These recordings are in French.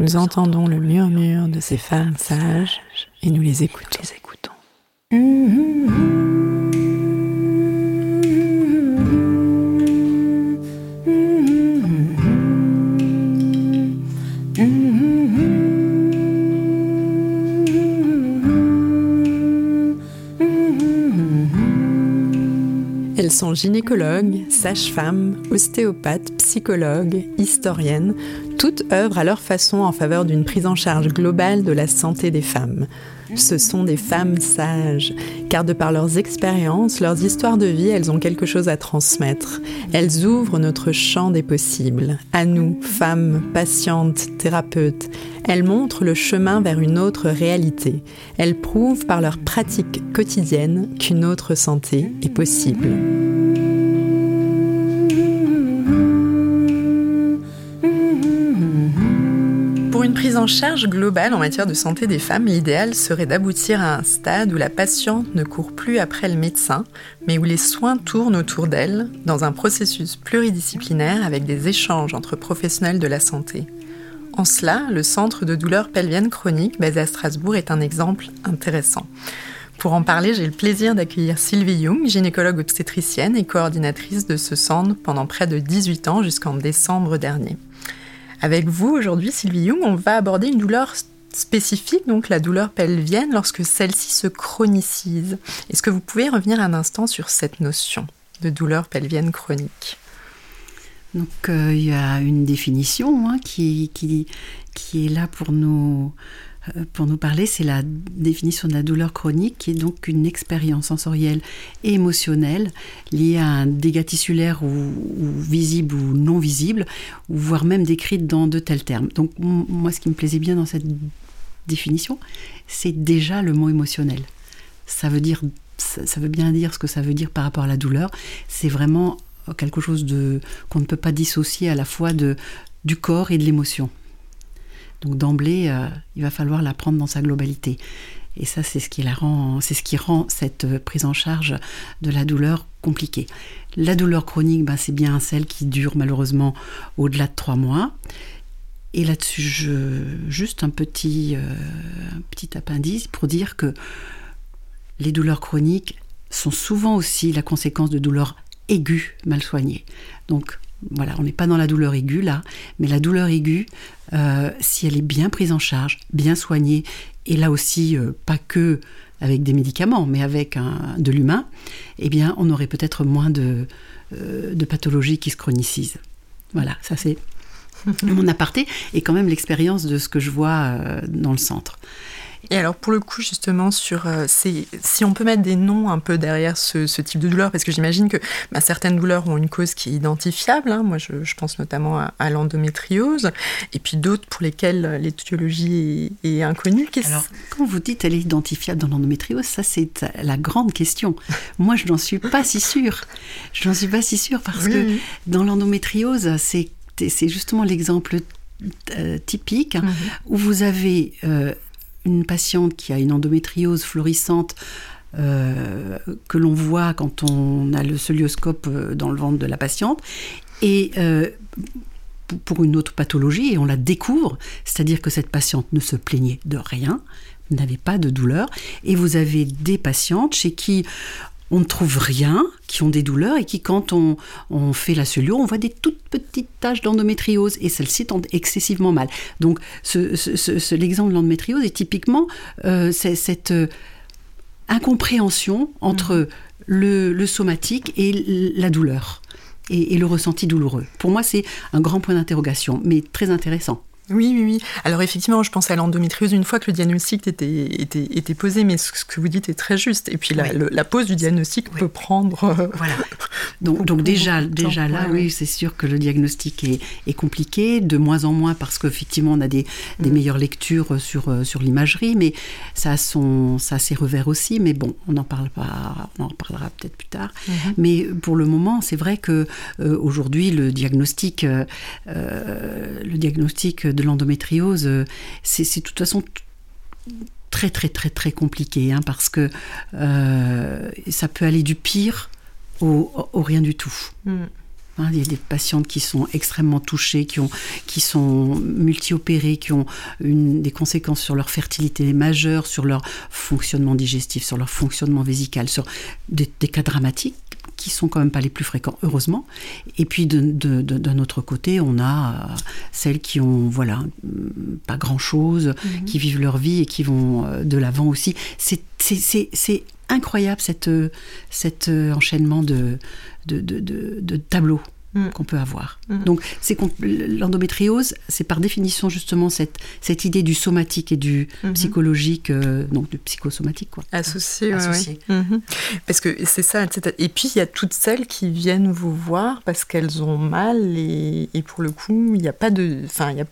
Nous entendons le murmure de ces femmes sages et nous les écoutons. Elles sont gynécologues, sages-femmes, ostéopathes, psychologues, historiennes. Toutes œuvrent à leur façon en faveur d'une prise en charge globale de la santé des femmes. Ce sont des femmes sages, car de par leurs expériences, leurs histoires de vie, elles ont quelque chose à transmettre. Elles ouvrent notre champ des possibles. À nous, femmes, patientes, thérapeutes, elles montrent le chemin vers une autre réalité. Elles prouvent par leur pratique quotidienne qu'une autre santé est possible. Pour une prise en charge globale en matière de santé des femmes, l'idéal serait d'aboutir à un stade où la patiente ne court plus après le médecin, mais où les soins tournent autour d'elle, dans un processus pluridisciplinaire avec des échanges entre professionnels de la santé. En cela, le Centre de douleurs pelviennes chroniques basé à Strasbourg est un exemple intéressant. Pour en parler, j'ai le plaisir d'accueillir Sylvie Young, gynécologue obstétricienne et coordinatrice de ce centre pendant près de 18 ans jusqu'en décembre dernier. Avec vous aujourd'hui, Sylvie Young, on va aborder une douleur spécifique, donc la douleur pelvienne, lorsque celle-ci se chronicise. Est-ce que vous pouvez revenir un instant sur cette notion de douleur pelvienne chronique ? Donc il y a une définition qui est là pour nous parler, c'est la définition de la douleur chronique, qui est donc une expérience sensorielle et émotionnelle liée à un dégât tissulaire ou visible ou non visible, ou voire même décrite dans de tels termes. Donc moi, ce qui me plaisait bien dans cette définition, c'est déjà le mot émotionnel. Ça veut bien dire ce que ça veut dire par rapport à la douleur. C'est vraiment quelque chose qu'on ne peut pas dissocier à la fois du corps et de l'émotion. Donc d'emblée, il va falloir la prendre dans sa globalité. Et ça, c'est ce qui rend cette prise en charge de la douleur compliquée. La douleur chronique, c'est bien celle qui dure malheureusement au-delà de 3 mois. Et là-dessus, juste un petit appendice pour dire que les douleurs chroniques sont souvent aussi la conséquence de douleurs aiguës mal soignées. Donc voilà, on n'est pas dans la douleur aiguë là, mais la douleur aiguë, si elle est bien prise en charge, bien soignée, et là aussi pas que avec des médicaments, mais avec de l'humain, eh bien on aurait peut-être moins de pathologies qui se chronicisent. Voilà, ça c'est mon aparté, et quand même l'expérience de ce que je vois dans le centre. Et alors pour le coup justement sur si on peut mettre des noms un peu derrière ce type de douleur, parce que j'imagine que certaines douleurs ont une cause qui est identifiable, moi je pense notamment à l'endométriose, et puis d'autres pour lesquelles l'étiologie est inconnue. Alors quand vous dites elle est identifiable dans l'endométriose, ça c'est la grande question. Moi je n'en suis pas si sûre. Parce que dans l'endométriose c'est justement l'exemple typique où vous avez une patiente qui a une endométriose florissante que l'on voit quand on a le cœlioscope dans le ventre de la patiente, et pour une autre pathologie, et on la découvre, c'est-à-dire que cette patiente ne se plaignait de rien, n'avait pas de douleur, et vous avez des patientes chez qui on ne trouve rien, qui ont des douleurs et qui, quand on fait la cellule, on voit des toutes petites taches d'endométriose et celles-ci tendent excessivement mal. Donc, l'exemple de l'endométriose est typiquement cette incompréhension entre le somatique et la douleur et le ressenti douloureux. Pour moi, c'est un grand point d'interrogation, mais très intéressant. Oui. Alors effectivement, je pense à l'endométriose une fois que le diagnostic était posé, mais ce que vous dites est très juste. Et puis la pose du diagnostic peut prendre... Voilà. Donc déjà là, oui, c'est sûr que le diagnostic est compliqué, de moins en moins, parce qu'effectivement, on a des meilleures lectures sur l'imagerie, mais ça a ses revers aussi. Mais bon, on en parlera peut-être plus tard. Mais pour le moment, c'est vrai que aujourd'hui, le diagnostic de l'endométriose, c'est de toute façon très très très très compliqué, parce que ça peut aller du pire au rien du tout. Il y a des patientes qui sont extrêmement touchées, qui sont multi-opérées, qui ont des conséquences sur leur fertilité majeure, sur leur fonctionnement digestif, sur leur fonctionnement vésical, sur des cas dramatiques qui sont quand même pas les plus fréquents, heureusement. Et puis d'un autre côté, on a celles qui ont pas grand-chose, qui vivent leur vie et qui vont de l'avant aussi. C'est incroyable cet enchaînement de tableaux qu'on peut avoir. Donc l'endométriose, c'est par définition justement cette idée du somatique et du psychologique, donc du psychosomatique, quoi. Associé. Parce que c'est ça, etc. Et puis il y a toutes celles qui viennent vous voir parce qu'elles ont mal et pour le coup il n'y a pas de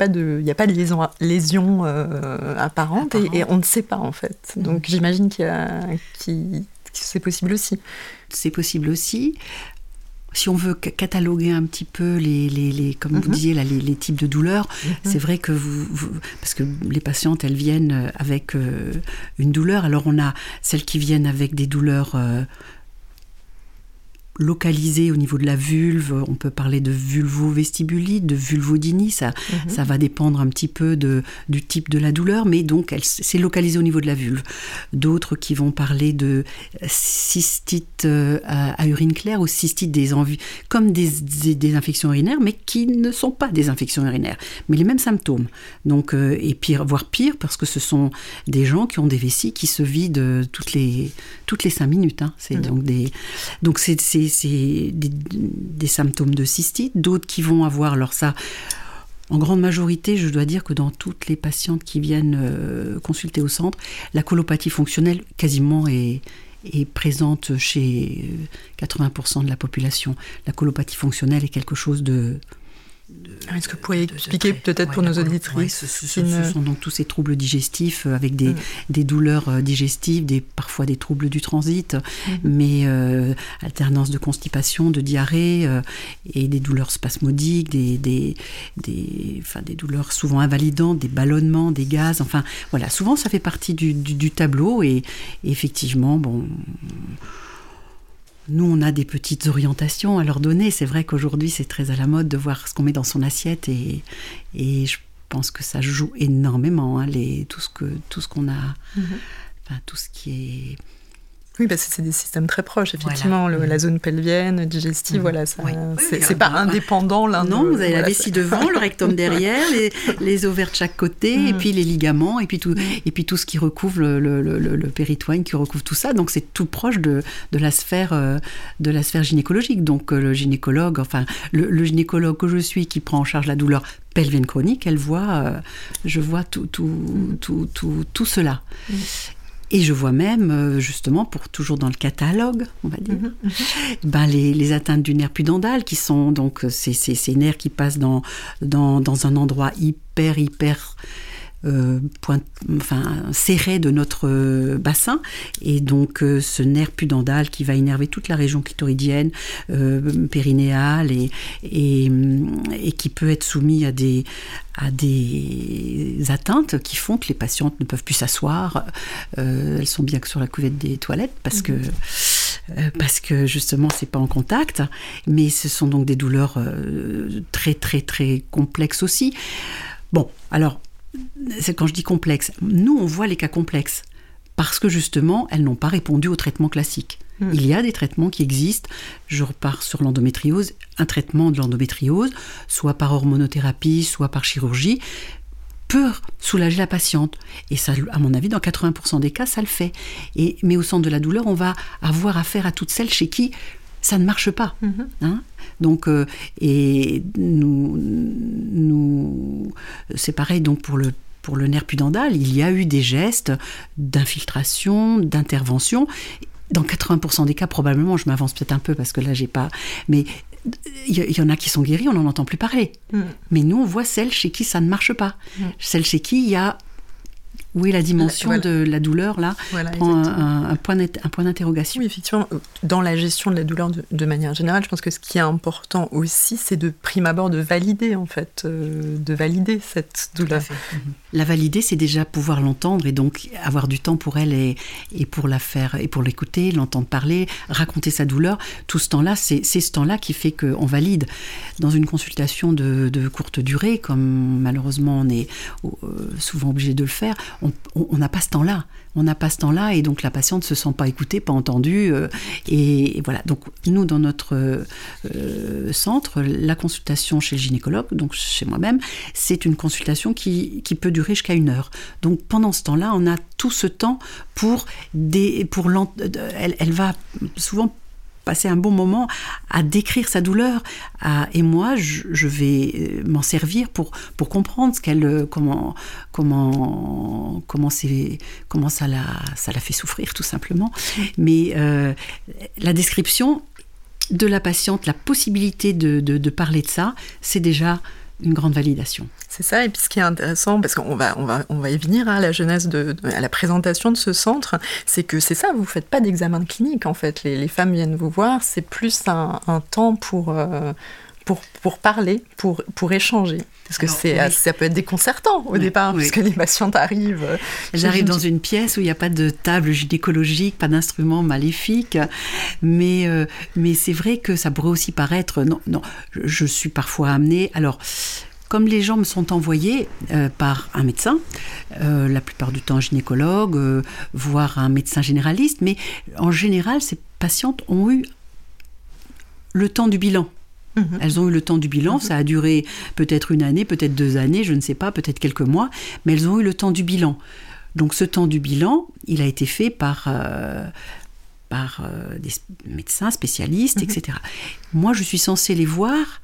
lésion apparente et on ne sait pas en fait. Donc j'imagine que c'est possible aussi. C'est possible aussi. Si on veut cataloguer un petit peu comme vous disiez là, les types de douleurs, c'est vrai que parce que les patientes, elles viennent avec une douleur. Alors on a celles qui viennent avec des douleurs localisées au niveau de la vulve. On peut parler de vulvovestibulite, de vulvodynie. Ça va dépendre un petit peu du type de la douleur, mais donc c'est localisé au niveau de la vulve. D'autres qui vont parler de cystite à urine claire ou cystite comme des infections urinaires, mais qui ne sont pas des infections urinaires, mais les mêmes symptômes. Donc, et pire, voire pire, parce que ce sont des gens qui ont des vessies qui se vident toutes les 5 minutes. C'est donc c'est des symptômes de cystite, d'autres qui vont avoir, alors ça, en grande majorité, je dois dire que dans toutes les patientes qui viennent consulter au centre, la colopathie fonctionnelle quasiment est présente chez 80% de la population. La colopathie fonctionnelle est quelque chose de... Est-ce que vous pourriez expliquer peut-être pour nos auditrices ce sont donc tous ces troubles digestifs avec des douleurs digestives, parfois des troubles du transit, mais alternance de constipation, de diarrhée et des douleurs spasmodiques, des douleurs souvent invalidantes, des ballonnements, des gaz, enfin voilà, souvent ça fait partie du tableau et effectivement, nous, on a des petites orientations à leur donner. C'est vrai qu'aujourd'hui, c'est très à la mode de voir ce qu'on met dans son assiette et je pense que ça joue énormément, tout ce qu'on a, tout ce qui est... Oui, parce que c'est des systèmes très proches, effectivement. La zone pelvienne, digestive, c'est pas indépendant l'un de l'autre. Non, vous avez la vessie devant, le rectum derrière, les ovaires de chaque côté, et puis les ligaments, et puis tout ce qui recouvre le péritoine, qui recouvre tout ça. Donc c'est tout proche de la sphère gynécologique. Donc le gynécologue, le gynécologue que je suis, qui prend en charge la douleur pelvienne chronique, je vois tout cela. Et je vois même, justement, toujours dans le catalogue, on va dire, les atteintes du nerf pudendal, qui sont donc ces nerfs qui passent dans un endroit hyper serré de notre bassin, et donc ce nerf pudendal qui va énerver toute la région clitoridienne, périnéale, et qui peut être soumis à des atteintes qui font que les patientes ne peuvent plus s'asseoir. Elles sont bien que sur la cuvette des toilettes parce que justement c'est pas en contact, mais ce sont donc des douleurs très très très complexes aussi. Bon, alors c'est quand je dis complexe, nous on voit les cas complexes parce que justement elles n'ont pas répondu au traitement classique. Il y a des traitements qui existent. Je repars sur l'endométriose. Un traitement de l'endométriose, soit par hormonothérapie, soit par chirurgie, peut soulager la patiente. Et ça, à mon avis, dans 80% des cas, ça le fait. Mais au centre de la douleur, on va avoir affaire à toutes celles chez qui ça ne marche pas. Donc, et nous, c'est pareil donc pour le nerf pudendal, il y a eu des gestes d'infiltration, d'intervention. Dans 80% des cas, probablement, je m'avance peut-être un peu parce que là, j'ai pas... Mais il y en a qui sont guéris, on n'en entend plus parler. Mais nous, on voit celles chez qui ça ne marche pas. Celles chez qui il y a Où est la dimension de la douleur, là, prend un point d'interrogation. Oui, effectivement, dans la gestion de la douleur de manière générale, je pense que ce qui est important aussi, c'est de prime abord de valider, en fait, de valider cette douleur. La valider, c'est déjà pouvoir l'entendre et donc avoir du temps pour elle et pour la faire, et pour l'écouter, l'entendre parler, raconter sa douleur. Tout ce temps-là, c'est ce temps-là qui fait qu'on valide. Dans une consultation de courte durée, comme malheureusement on est souvent obligé de le faire, on n'a pas ce temps-là. On n'a pas ce temps-là et donc la patiente ne se sent pas écoutée, pas entendue. Et voilà. Donc nous, dans notre centre, la consultation chez le gynécologue, donc chez moi-même, c'est une consultation qui peut durer jusqu'à 1 heure. Donc pendant ce temps-là, on a tout ce temps elle va souvent passer un bon moment à décrire sa douleur, et moi je vais m'en servir pour comprendre ce qu'elle comment ça la fait souffrir tout simplement. Mais la description de la patiente, la possibilité de parler de ça, c'est déjà une grande validation. C'est ça, et puis ce qui est intéressant, parce qu'on va y venir à la genèse, à la présentation de ce centre, c'est que c'est ça, vous ne faites pas d'examen clinique en fait, les femmes viennent vous voir, c'est plus un temps pour parler, pour échanger. Parce que ça peut être déconcertant au départ, puisque les patientes arrivent. J'arrive dans une pièce où il n'y a pas de table gynécologique, pas d'instruments maléfiques, mais c'est vrai que ça pourrait aussi paraître... Non, je suis parfois amenée... Alors, comme les gens me sont envoyés par un médecin, la plupart du temps un gynécologue, voire un médecin généraliste, mais en général, ces patientes ont eu le temps du bilan. Elles ont eu le temps du bilan, ça a duré peut-être 1 année, peut-être 2 années, je ne sais pas, peut-être quelques mois, mais elles ont eu le temps du bilan. Donc ce temps du bilan, il a été fait par des médecins spécialistes, etc. Moi, je suis censée les voir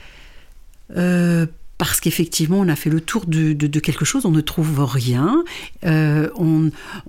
parce qu'effectivement, on a fait le tour de quelque chose, on ne trouve rien, on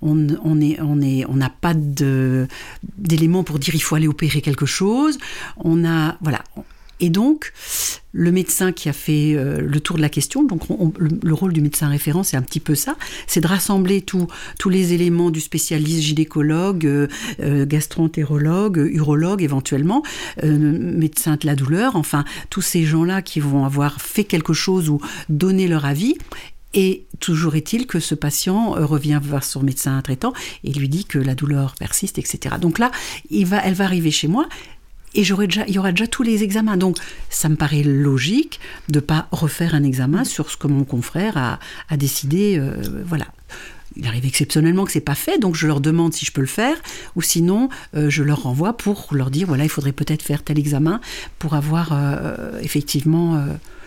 n'a pas d'éléments pour dire il faut aller opérer quelque chose, voilà. Et donc, le médecin qui a fait le tour de la question, donc le rôle du médecin référent, c'est un petit peu ça, c'est de rassembler tous les éléments du spécialiste gynécologue, gastro-entérologue, urologue éventuellement, médecin de la douleur, enfin, tous ces gens-là qui vont avoir fait quelque chose ou donné leur avis. Et toujours est-il que ce patient revient voir son médecin traitant et lui dit que la douleur persiste, etc. Donc là, elle va arriver chez moi. Et il y aura déjà tous les examens. Donc, ça me paraît logique de ne pas refaire un examen sur ce que mon confrère a décidé. Voilà. Il arrive exceptionnellement que ce n'est pas fait, donc je leur demande si je peux le faire, ou sinon, je leur renvoie pour leur dire, voilà, il faudrait peut-être faire tel examen pour avoir effectivement...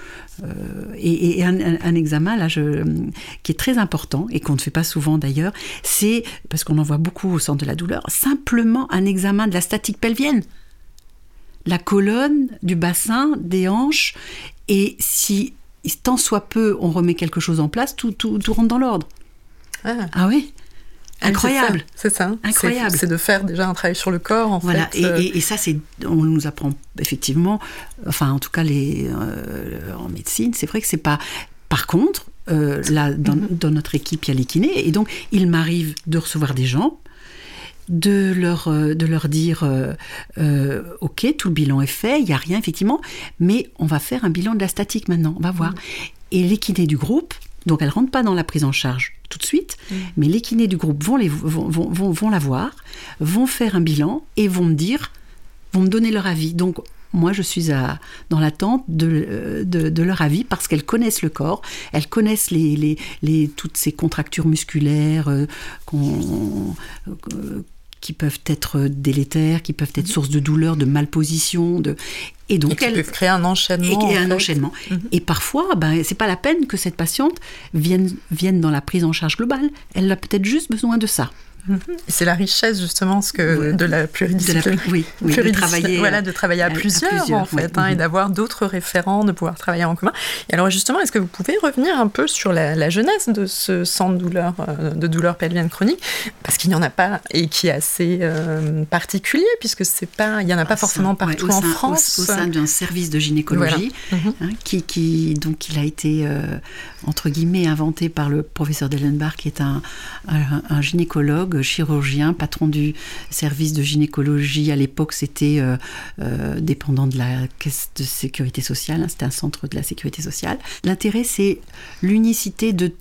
Et un examen là, qui est très important et qu'on ne fait pas souvent d'ailleurs, c'est, parce qu'on en voit beaucoup au centre de la douleur, simplement un examen de la statique pelvienne. La colonne, du bassin, des hanches, et si tant soit peu on remet quelque chose en place, tout rentre dans l'ordre. Ah oui, incroyable. C'est ça. Incroyable. C'est de faire déjà un travail sur le corps, en fait. Et ça, on nous apprend effectivement, enfin en tout cas en médecine, c'est vrai que c'est pas... Par contre, là, dans notre équipe, il y a les kinés, et donc il m'arrive de recevoir des gens, de leur dire ok, tout le bilan est fait, il n'y a rien effectivement, mais on va faire un bilan de la statique maintenant, on va voir. Et les kinés du groupe, donc elles ne rentrent pas dans la prise en charge tout de suite, mais les kinés du groupe vont la voir, vont faire un bilan et vont me donner leur avis. Donc moi, je suis dans l'attente de leur avis parce qu'elles connaissent le corps, elles connaissent toutes ces contractures musculaires qui peuvent être délétères, qui peuvent être source de douleur, de malposition, et donc qui peuvent créer un enchaînement. Enchaînement. Et parfois, c'est pas la peine que cette patiente vienne dans la prise en charge globale. Elle a peut-être juste besoin de ça. C'est la richesse justement de la pluridiscipline. De travailler à plusieurs en fait, et d'avoir d'autres référents, de pouvoir travailler en commun. Et alors justement, est-ce que vous pouvez revenir un peu sur la jeunesse de ce centre de douleur pelvienne chronique, parce qu'il n'y en a pas et qui est assez particulier puisque il n'y en a pas forcément partout en France. Au sein d'un service de gynécologie, qui a été entre guillemets inventé par le professeur Dellenbach, qui est un gynécologue, chirurgien, patron du service de gynécologie. À l'époque, c'était dépendant de la caisse de sécurité sociale. C'était un centre de la sécurité sociale. L'intérêt, c'est l'unicité de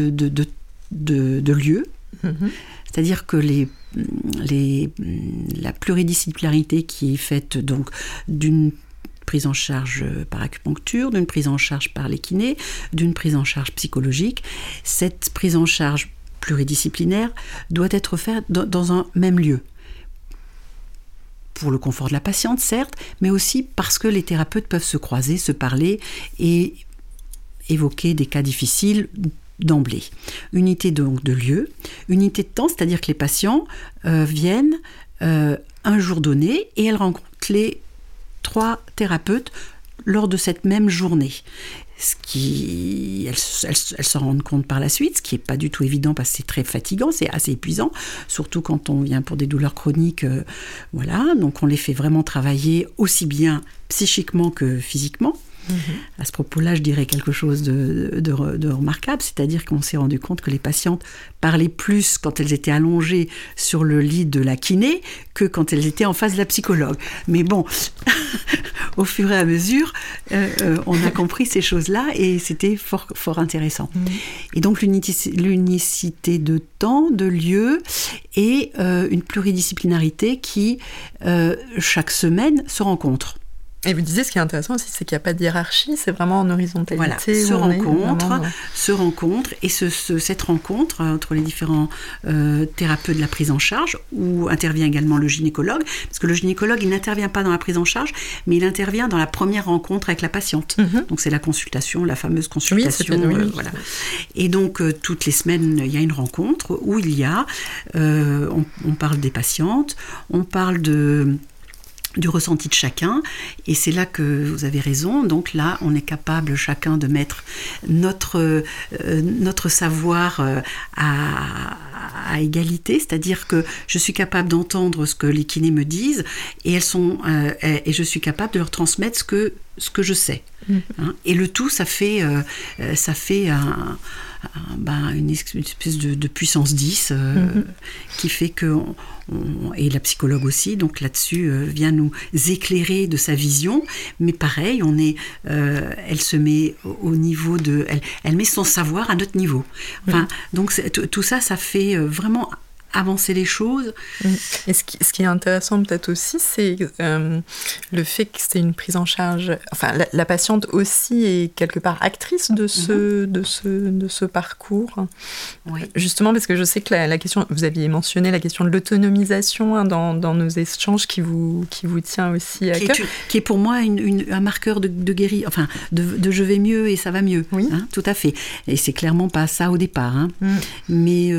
lieux. C'est-à-dire que la pluridisciplinarité qui est faite donc d'une prise en charge par acupuncture, d'une prise en charge par les kinés, d'une prise en charge psychologique, cette prise en charge pluridisciplinaire doit être faite dans un même lieu. Pour le confort de la patiente, certes, mais aussi parce que les thérapeutes peuvent se croiser, se parler et évoquer des cas difficiles d'emblée. Unité donc de lieu, unité de temps, c'est-à-dire que les patients viennent un jour donné et elles rencontrent les 3 thérapeutes lors de cette même journée. Elles s'en rendent compte par la suite, ce qui n'est pas du tout évident parce que c'est très fatigant, c'est assez épuisant, surtout quand on vient pour des douleurs chroniques. Donc on les fait vraiment travailler aussi bien psychiquement que physiquement. À ce propos-là, je dirais quelque chose de remarquable, c'est-à-dire qu'on s'est rendu compte que les patientes parlaient plus quand elles étaient allongées sur le lit de la kiné que quand elles étaient en face de la psychologue. Mais bon, au fur et à mesure, on a compris ces choses-là et c'était fort, fort intéressant. Et donc l'unicité de temps, de lieu et une pluridisciplinarité qui, chaque semaine, se rencontre. Et vous disiez, ce qui est intéressant aussi, c'est qu'il n'y a pas de hiérarchie, c'est vraiment en horizontalité. Voilà, se rencontrent, et cette rencontre entre les différents thérapeutes de la prise en charge, où intervient également le gynécologue, parce que le gynécologue, il n'intervient pas dans la prise en charge, mais il intervient dans la première rencontre avec la patiente. Donc c'est la consultation, la fameuse consultation. Voilà. Et donc toutes les semaines, il y a une rencontre où il y a, on parle des patientes, on parle du ressenti de chacun, et c'est là que vous avez raison. Donc là, on est capable chacun de mettre notre savoir à égalité, c'est-à-dire que je suis capable d'entendre ce que les kinés me disent, et et je suis capable de leur transmettre ce que je sais. Et le tout, ça fait une espèce de puissance 10 qui fait que et la psychologue aussi, donc là-dessus vient nous éclairer de sa vision, mais pareil, elle se met au niveau elle met son savoir à notre niveau. Donc tout ça fait vraiment avancer les choses. Et ce qui est intéressant peut-être aussi, c'est le fait que c'est une prise en charge. Enfin, la patiente aussi est quelque part actrice de ce parcours. Oui. Justement, parce que je sais que la question, vous aviez mentionné la question de l'autonomisation dans nos échanges qui vous tient aussi à cœur. Qui est pour moi un marqueur de guérir, enfin de je vais mieux et ça va mieux. Oui. Tout à fait. Et c'est clairement pas ça au départ. Mais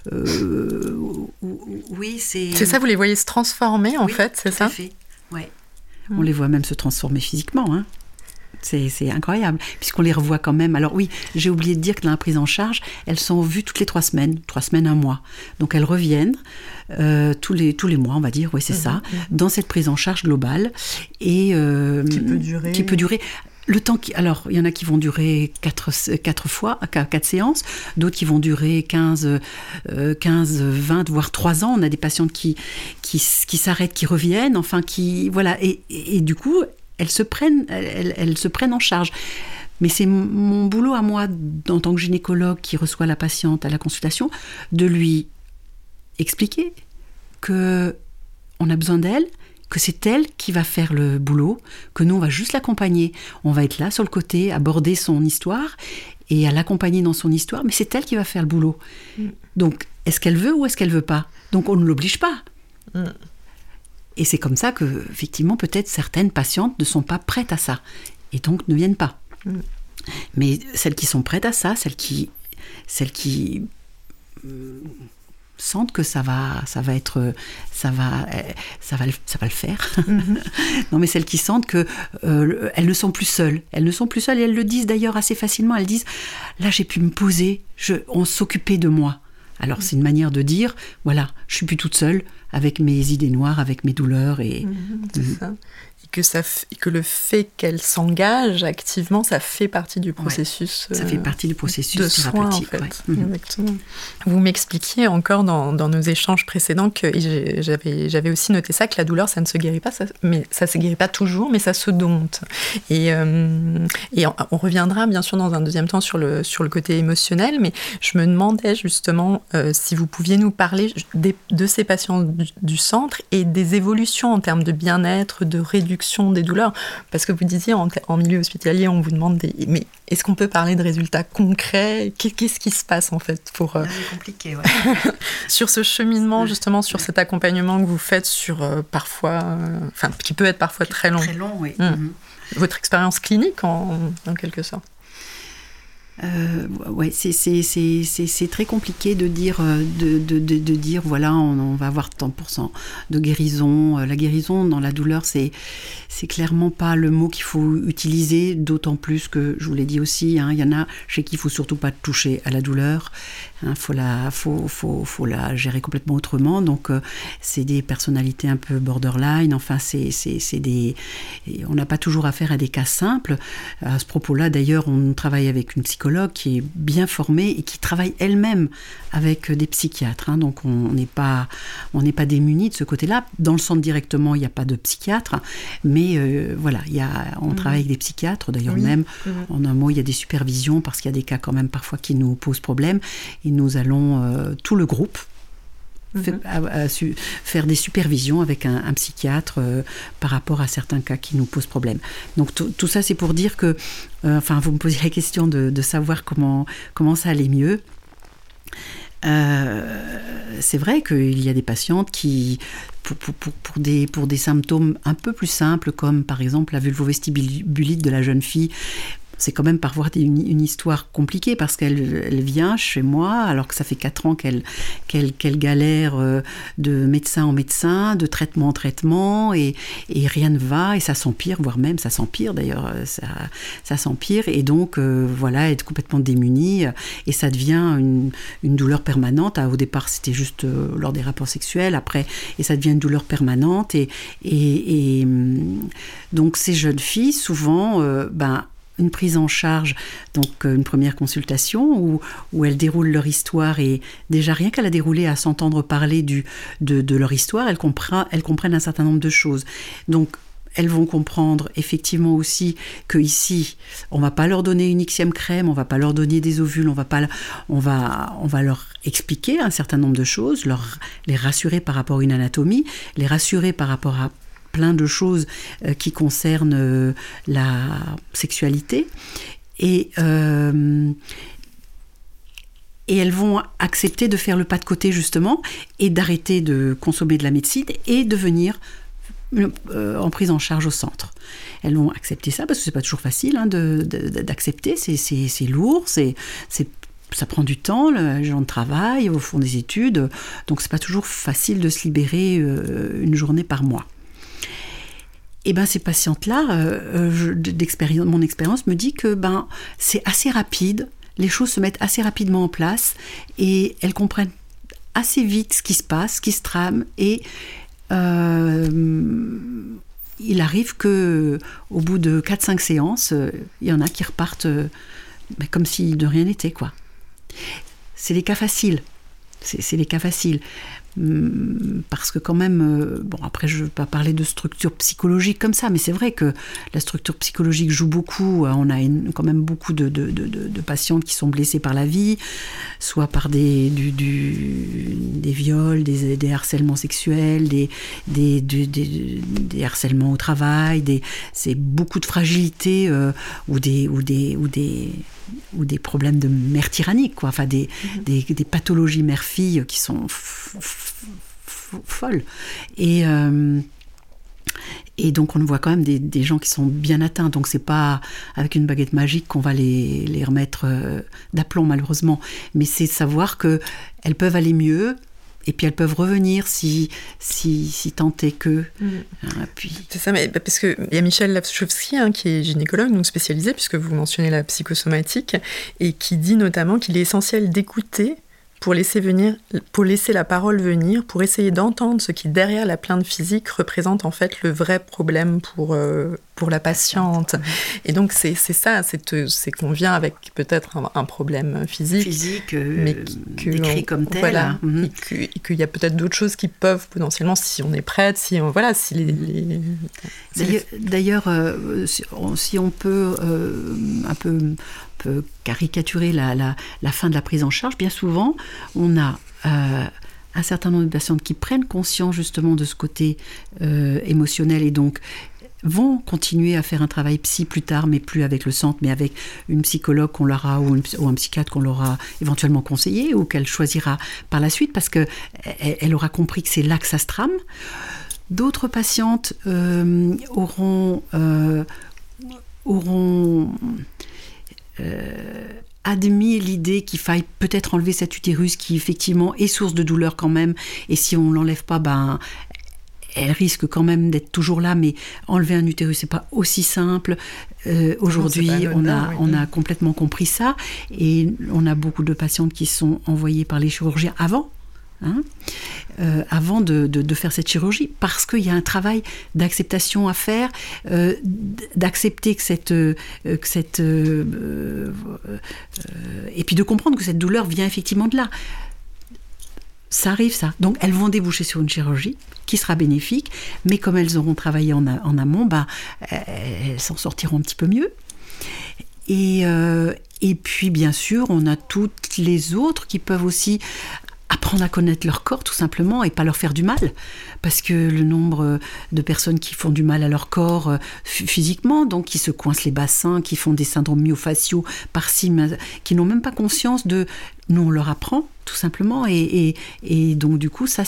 oui, c'est ça, vous les voyez se transformer en fait, c'est ça ? Tout à fait, ouais. On les voit même se transformer physiquement, C'est incroyable, puisqu'on les revoit quand même. Alors oui, j'ai oublié de dire que dans la prise en charge, elles sont vues toutes les 3 semaines, 3 semaines, 1 mois. Donc elles reviennent tous les mois, on va dire, oui c'est ça, dans cette prise en charge globale. Et qui peut durer le temps alors, il y en a qui vont durer 4 séances, d'autres qui vont durer 15, 20, voire 3 ans. On a des patientes qui s'arrêtent, qui reviennent, enfin, voilà. Et du coup, elles se prennent en charge. Mais c'est mon boulot à moi, en tant que gynécologue qui reçoit la patiente à la consultation, de lui expliquer qu'on a besoin d'elle, que c'est elle qui va faire le boulot, que nous, on va juste l'accompagner. On va être là, sur le côté, aborder son histoire et à l'accompagner dans son histoire, mais c'est elle qui va faire le boulot. Donc, est-ce qu'elle veut ou est-ce qu'elle veut pas ? Donc, on ne l'oblige pas. Et c'est comme ça que, effectivement, peut-être certaines patientes ne sont pas prêtes à ça et donc ne viennent pas. Mais celles qui sont prêtes à ça, celles qui sentent que ça va le faire. Non, mais celles qui sentent que elles ne sont plus seules. Elles ne sont plus seules et elles le disent d'ailleurs assez facilement. Elles disent, là j'ai pu me poser, on s'occupait de moi. Alors c'est une manière de dire, voilà, je suis plus toute seule avec mes idées noires, avec mes douleurs et c'est ça. Et que le fait qu'elle s'engage activement, ça fait partie du processus. Ça fait partie du processus de soin, en fait. Ouais. Exactement. Vous m'expliquiez encore dans nos échanges précédents que j'avais aussi noté ça, que la douleur, ça ne se guérit pas, mais ça se guérit pas toujours, mais ça se dompte. Et on reviendra bien sûr dans un deuxième temps sur le côté émotionnel, mais je me demandais justement si vous pouviez nous parler de ces patients du centre et des évolutions en termes de bien-être, de réduction des douleurs, parce que vous disiez en milieu hospitalier, on vous demande mais est-ce qu'on peut parler de résultats concrets? Qu'est-ce qui se passe en fait pour c'est compliqué, ouais. sur ce cheminement justement, sur cet accompagnement que vous faites sur parfois, qui peut être parfois très long. Très long, oui. Votre expérience clinique en quelque sorte. Ouais, c'est très compliqué de dire voilà, on va avoir tant % de guérison. La guérison dans la douleur, c'est clairement pas le mot qu'il faut utiliser, d'autant plus que je vous l'ai dit aussi, il y en a chez qui il faut surtout pas toucher à la douleur. Faut la gérer complètement autrement. Donc c'est des personnalités un peu borderline. Enfin on n'a pas toujours affaire à des cas simples. À ce propos-là, d'ailleurs, on travaille avec une psychologue qui est bien formée et qui travaille elle-même avec des psychiatres. Donc on n'est pas démunis de ce côté-là. Dans le centre directement, il n'y a pas de psychiatre, mais voilà, on travaille avec des psychiatres. D'ailleurs même, en un mot, il y a des supervisions parce qu'il y a des cas quand même parfois qui nous posent problème. Et nous allons, tout le groupe, faire des supervisions avec un psychiatre par rapport à certains cas qui nous posent problème. Donc tout ça, c'est pour dire que, vous me posiez la question de savoir comment ça allait mieux. C'est vrai qu'il y a des patientes qui, pour des symptômes un peu plus simples, comme par exemple la vulvovestibulite de la jeune fille, c'est quand même parfois une histoire compliquée parce qu'elle vient chez moi alors que ça fait 4 ans qu'elle galère de médecin en médecin, de traitement en traitement et rien ne va et ça s'empire, voire même ça s'empire d'ailleurs, ça s'empire et donc voilà, être complètement démunie et ça devient une douleur permanente. Au départ c'était juste lors des rapports sexuels, après et ça devient une douleur permanente et donc ces jeunes filles souvent une prise en charge, donc une première consultation où elles déroulent leur histoire et déjà rien qu'à la dérouler, à s'entendre parler de leur histoire, elles comprennent un certain nombre de choses. Donc elles vont comprendre effectivement aussi qu'ici, on ne va pas leur donner une Xème crème, on ne va pas leur donner des ovules, on va leur expliquer un certain nombre de choses, les rassurer par rapport à une anatomie, les rassurer par rapport à plein de choses qui concernent la sexualité et elles vont accepter de faire le pas de côté justement et d'arrêter de consommer de la médecine et de venir en prise en charge au centre. Elles vont accepter ça parce que c'est pas toujours facile d'accepter, c'est lourd, ça prend du temps, les gens travaillent, font des études, donc c'est pas toujours facile de se libérer une journée par mois. Et ces patientes-là, mon expérience me dit que c'est assez rapide, les choses se mettent assez rapidement en place et elles comprennent assez vite ce qui se passe, ce qui se trame et il arrive que au bout de 4-5 séances, il y en a qui repartent comme si de rien n'était, quoi. C'est les cas faciles. C'est les cas faciles. Parce que quand même, après je ne veux pas parler de structure psychologique comme ça, mais c'est vrai que la structure psychologique joue beaucoup. On a quand même beaucoup de patientes qui sont blessées par la vie, soit par des viols, des harcèlements sexuels, des harcèlements au travail, c'est beaucoup de fragilité ou des problèmes de mère tyrannique, quoi. Enfin des pathologies mère-fille qui sont folles. Et donc on voit quand même des gens qui sont bien atteints. Donc c'est pas avec une baguette magique qu'on va les remettre d'aplomb malheureusement. Mais c'est savoir que elles peuvent aller mieux Et puis elles peuvent revenir si tant est que. Puis... C'est ça, mais parce qu'il y a Michel Lapchowski, qui est gynécologue, donc spécialisé, puisque vous mentionnez la psychosomatique, et qui dit notamment qu'il est essentiel d'écouter pour laisser la parole venir, pour essayer d'entendre ce qui, derrière la plainte physique, représente en fait le vrai problème pour la patiente. Et donc c'est ça, c'est qu'on vient avec peut-être un problème physique, mais décrit comme tel. Voilà, et qu'il y a peut-être d'autres choses qui peuvent potentiellement, si on est prête, D'ailleurs, si on peut un peu caricaturer la fin de la prise en charge, bien souvent, on a un certain nombre de patientes qui prennent conscience justement de ce côté émotionnel et donc vont continuer à faire un travail psy plus tard, mais plus avec le centre, mais avec une psychologue qu'on leur a ou un psychiatre qu'on leur a éventuellement conseillé ou qu'elle choisira par la suite parce qu'elle aura compris que c'est là que ça se trame. D'autres patientes auront admis l'idée qu'il faille peut-être enlever cet utérus qui effectivement est source de douleur quand même, et si on l'enlève pas, elle risque quand même d'être toujours là, mais enlever un utérus, c'est pas aussi simple. Aujourd'hui, on a complètement compris ça, et on a beaucoup de patientes qui sont envoyées par les chirurgiens avant de faire cette chirurgie, parce qu'il y a un travail d'acceptation à faire, d'accepter et puis de comprendre que cette douleur vient effectivement de là. Ça arrive, ça. Donc, elles vont déboucher sur une chirurgie qui sera bénéfique, mais comme elles auront travaillé en amont, elles s'en sortiront un petit peu mieux. Et puis, bien sûr, on a toutes les autres qui peuvent aussi apprendre à connaître leur corps, tout simplement, et pas leur faire du mal. Parce que le nombre de personnes qui font du mal à leur corps physiquement, donc qui se coincent les bassins, qui font des syndromes myofasciaux par-ci, qui n'ont même pas conscience de... Nous, on leur apprend, tout simplement, et donc, du coup, ça,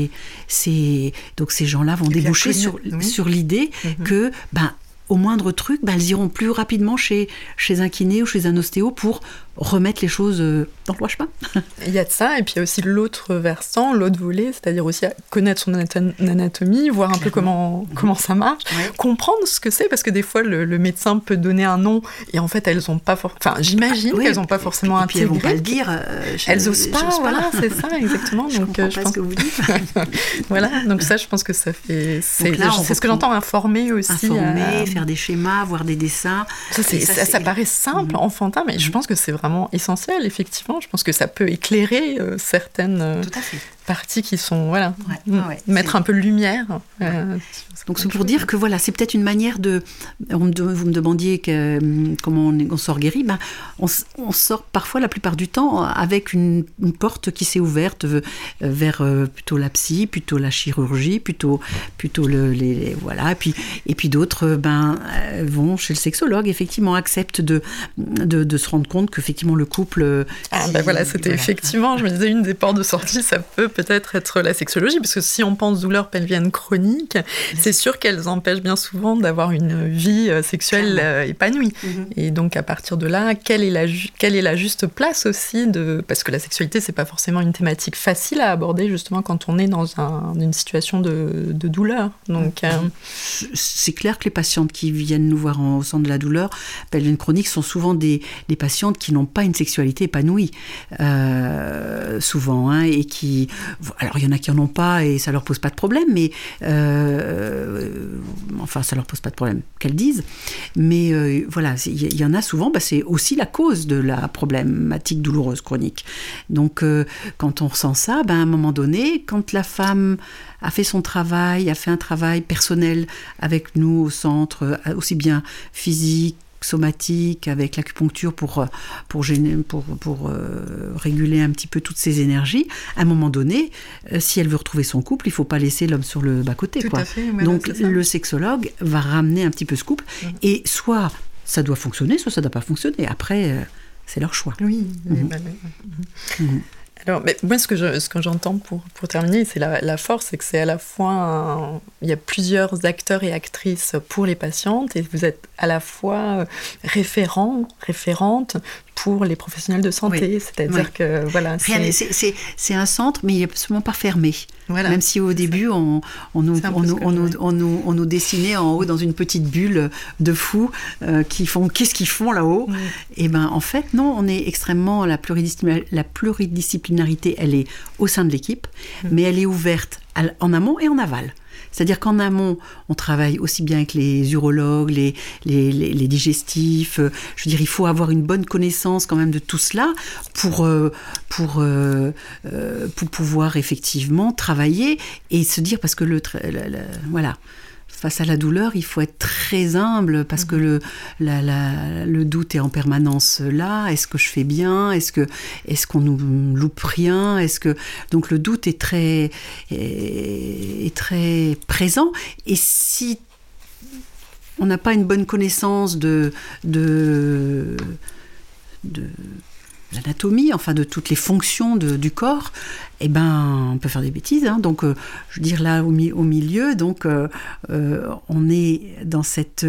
donc ces gens-là vont déboucher sur l'idée que, au moindre truc, elles iront plus rapidement chez un kiné ou chez un ostéo pour remettre les choses dans le droit chemin. Il y a de ça, et puis il y a aussi l'autre versant, l'autre volet, c'est-à-dire aussi connaître son anatomie, voir un peu comment ça marche, comprendre ce que c'est, parce que des fois le médecin peut donner un nom, et en fait elles n'ont pas j'imagine qu'elles n'ont pas forcément intégré. Et puis elles vont pas le dire. Elles n'osent pas, voilà, c'est ça, exactement. Je comprends pas ce que vous dites. Voilà, donc ça, je pense que ça fait... C'est ce que j'entends, informer aussi. Faire des schémas, voir des dessins. Ça paraît simple, enfantin, mais je pense que c'est vraiment essentiel, effectivement. Je pense que ça peut éclairer certaines parties qui sont... mettre un peu de lumière. Donc c'est pour dire que c'est peut-être une manière de... Vous me demandiez comment on sort guéri. On sort parfois, la plupart du temps, avec une porte qui s'est ouverte vers plutôt la psy, plutôt la chirurgie, plutôt voilà. Et puis d'autres vont chez le sexologue, effectivement, acceptent de se rendre compte qu'effectivement le couple... effectivement, je me disais, une des portes de sortie, ça peut-être être la sexologie, parce que si on pense douleur pelvienne chronique, c'est sûr qu'elles empêchent bien souvent d'avoir une vie sexuelle épanouie. Et donc à partir de là, quelle est la juste place aussi parce que la sexualité, c'est pas forcément une thématique facile à aborder justement quand on est dans une situation de douleur. Donc c'est clair que les patientes qui viennent nous voir au centre de la douleur pelvienne chronique sont souvent des patientes qui n'ont pas une sexualité épanouie, souvent, et qui... Alors, il y en a qui n'en ont pas et ça leur pose pas de problème, mais... ça leur pose pas de problème qu'elles disent. Mais il y en a souvent, c'est aussi la cause de la problématique douloureuse chronique. Donc, quand on ressent ça, à un moment donné, quand la femme a fait son travail, a fait un travail personnel avec nous au centre, aussi bien physique, somatique, avec l'acupuncture pour réguler un petit peu toutes ces énergies, à un moment donné, si elle veut retrouver son couple, il ne faut pas laisser l'homme sur le bas-côté. Tout à fait, donc le sexologue va ramener un petit peu ce couple, et soit ça doit fonctionner, soit ça ne doit pas fonctionner. Après, c'est leur choix. Oui. Alors, moi, ce que j'entends pour terminer, c'est la force, c'est que c'est à la fois... il y a plusieurs acteurs et actrices pour les patientes, et vous êtes à la fois référente pour les professionnels de santé. C'est-à-dire que voilà, c'est un centre, mais il n'est absolument pas fermé. Voilà. Même si au début, on nous dessinait en haut dans une petite bulle de fous qui font qu'est-ce qu'ils font là-haut. Et ben en fait, non, on est extrêmement la pluridisciplinarité, elle est au sein de l'équipe, mais elle est ouverte en amont et en aval. C'est-à-dire qu'en amont, on travaille aussi bien avec les urologues, les digestifs. Je veux dire, il faut avoir une bonne connaissance quand même de tout cela pour pouvoir effectivement travailler et se dire, parce que voilà. Face à la douleur, il faut être très humble parce que le doute est en permanence là. Est-ce que je fais bien ? Est-ce qu'on nous loupe rien ? Donc le doute est très présent. Et si on n'a pas une bonne connaissance de l'anatomie, enfin de toutes les fonctions du corps, eh ben on peut faire des bêtises. Donc, je veux dire là au milieu, donc on est dans cette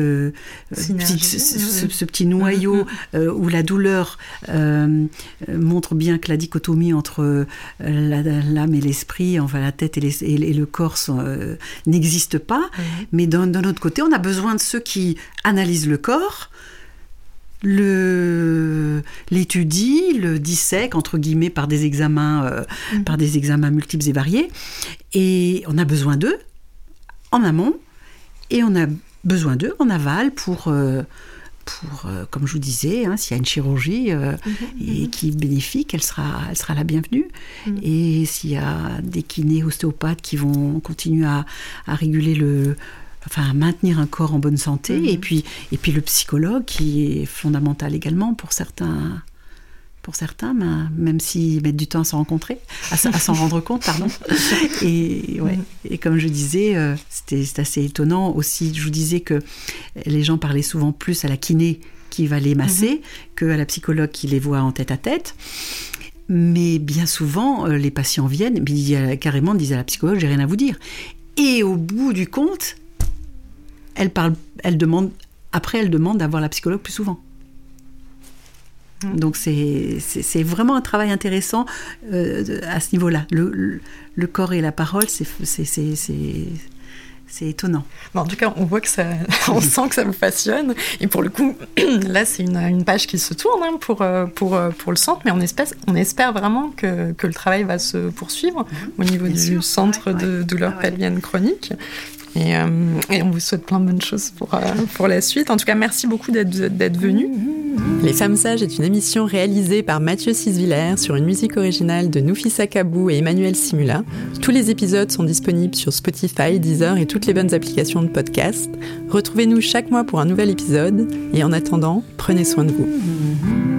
ce petit noyau où la douleur montre bien que la dichotomie entre l'âme et l'esprit, enfin la tête et le corps n'existe pas. Mais d'un autre côté, on a besoin de ceux qui analysent le corps, l'étudie, le dissèque entre guillemets par des examens multiples et variés, et on a besoin d'eux en amont et on a besoin d'eux en aval pour comme je vous disais, s'il y a une chirurgie et qui est bénéfique, elle sera la bienvenue. Et s'il y a des kinés, ostéopathes qui vont continuer à réguler à maintenir un corps en bonne santé, et puis le psychologue qui est fondamental également pour certains, même s'ils mettent du temps à s'en rencontrer, à s'en rendre compte, pardon. Et comme je disais, c'est assez étonnant aussi. Je vous disais que les gens parlaient souvent plus à la kiné qui va les masser qu'à la psychologue qui les voit en tête à tête. Mais bien souvent, les patients viennent, carrément disent à la psychologue, j'ai rien à vous dire. Et au bout du compte, elle demande d'avoir la psychologue plus souvent. Donc c'est vraiment un travail intéressant à ce niveau-là. Le corps et la parole, c'est étonnant. Bon, en tout cas, on voit que on sent que ça vous passionne. Et pour le coup, là, c'est une page qui se tourne pour le centre, mais on espère vraiment que le travail va se poursuivre au niveau du centre de douleurs pelviennes chroniques. Et on vous souhaite plein de bonnes choses pour la suite. En tout cas, merci beaucoup d'être venu. Les Femmes Sages est une émission réalisée par Mathieu Sisviller sur une musique originale de Noufissa Kabou et Emmanuel Simula. Tous les épisodes sont disponibles sur Spotify, Deezer et toutes les bonnes applications de podcast. Retrouvez-nous chaque mois pour un nouvel épisode. Et en attendant, prenez soin de vous.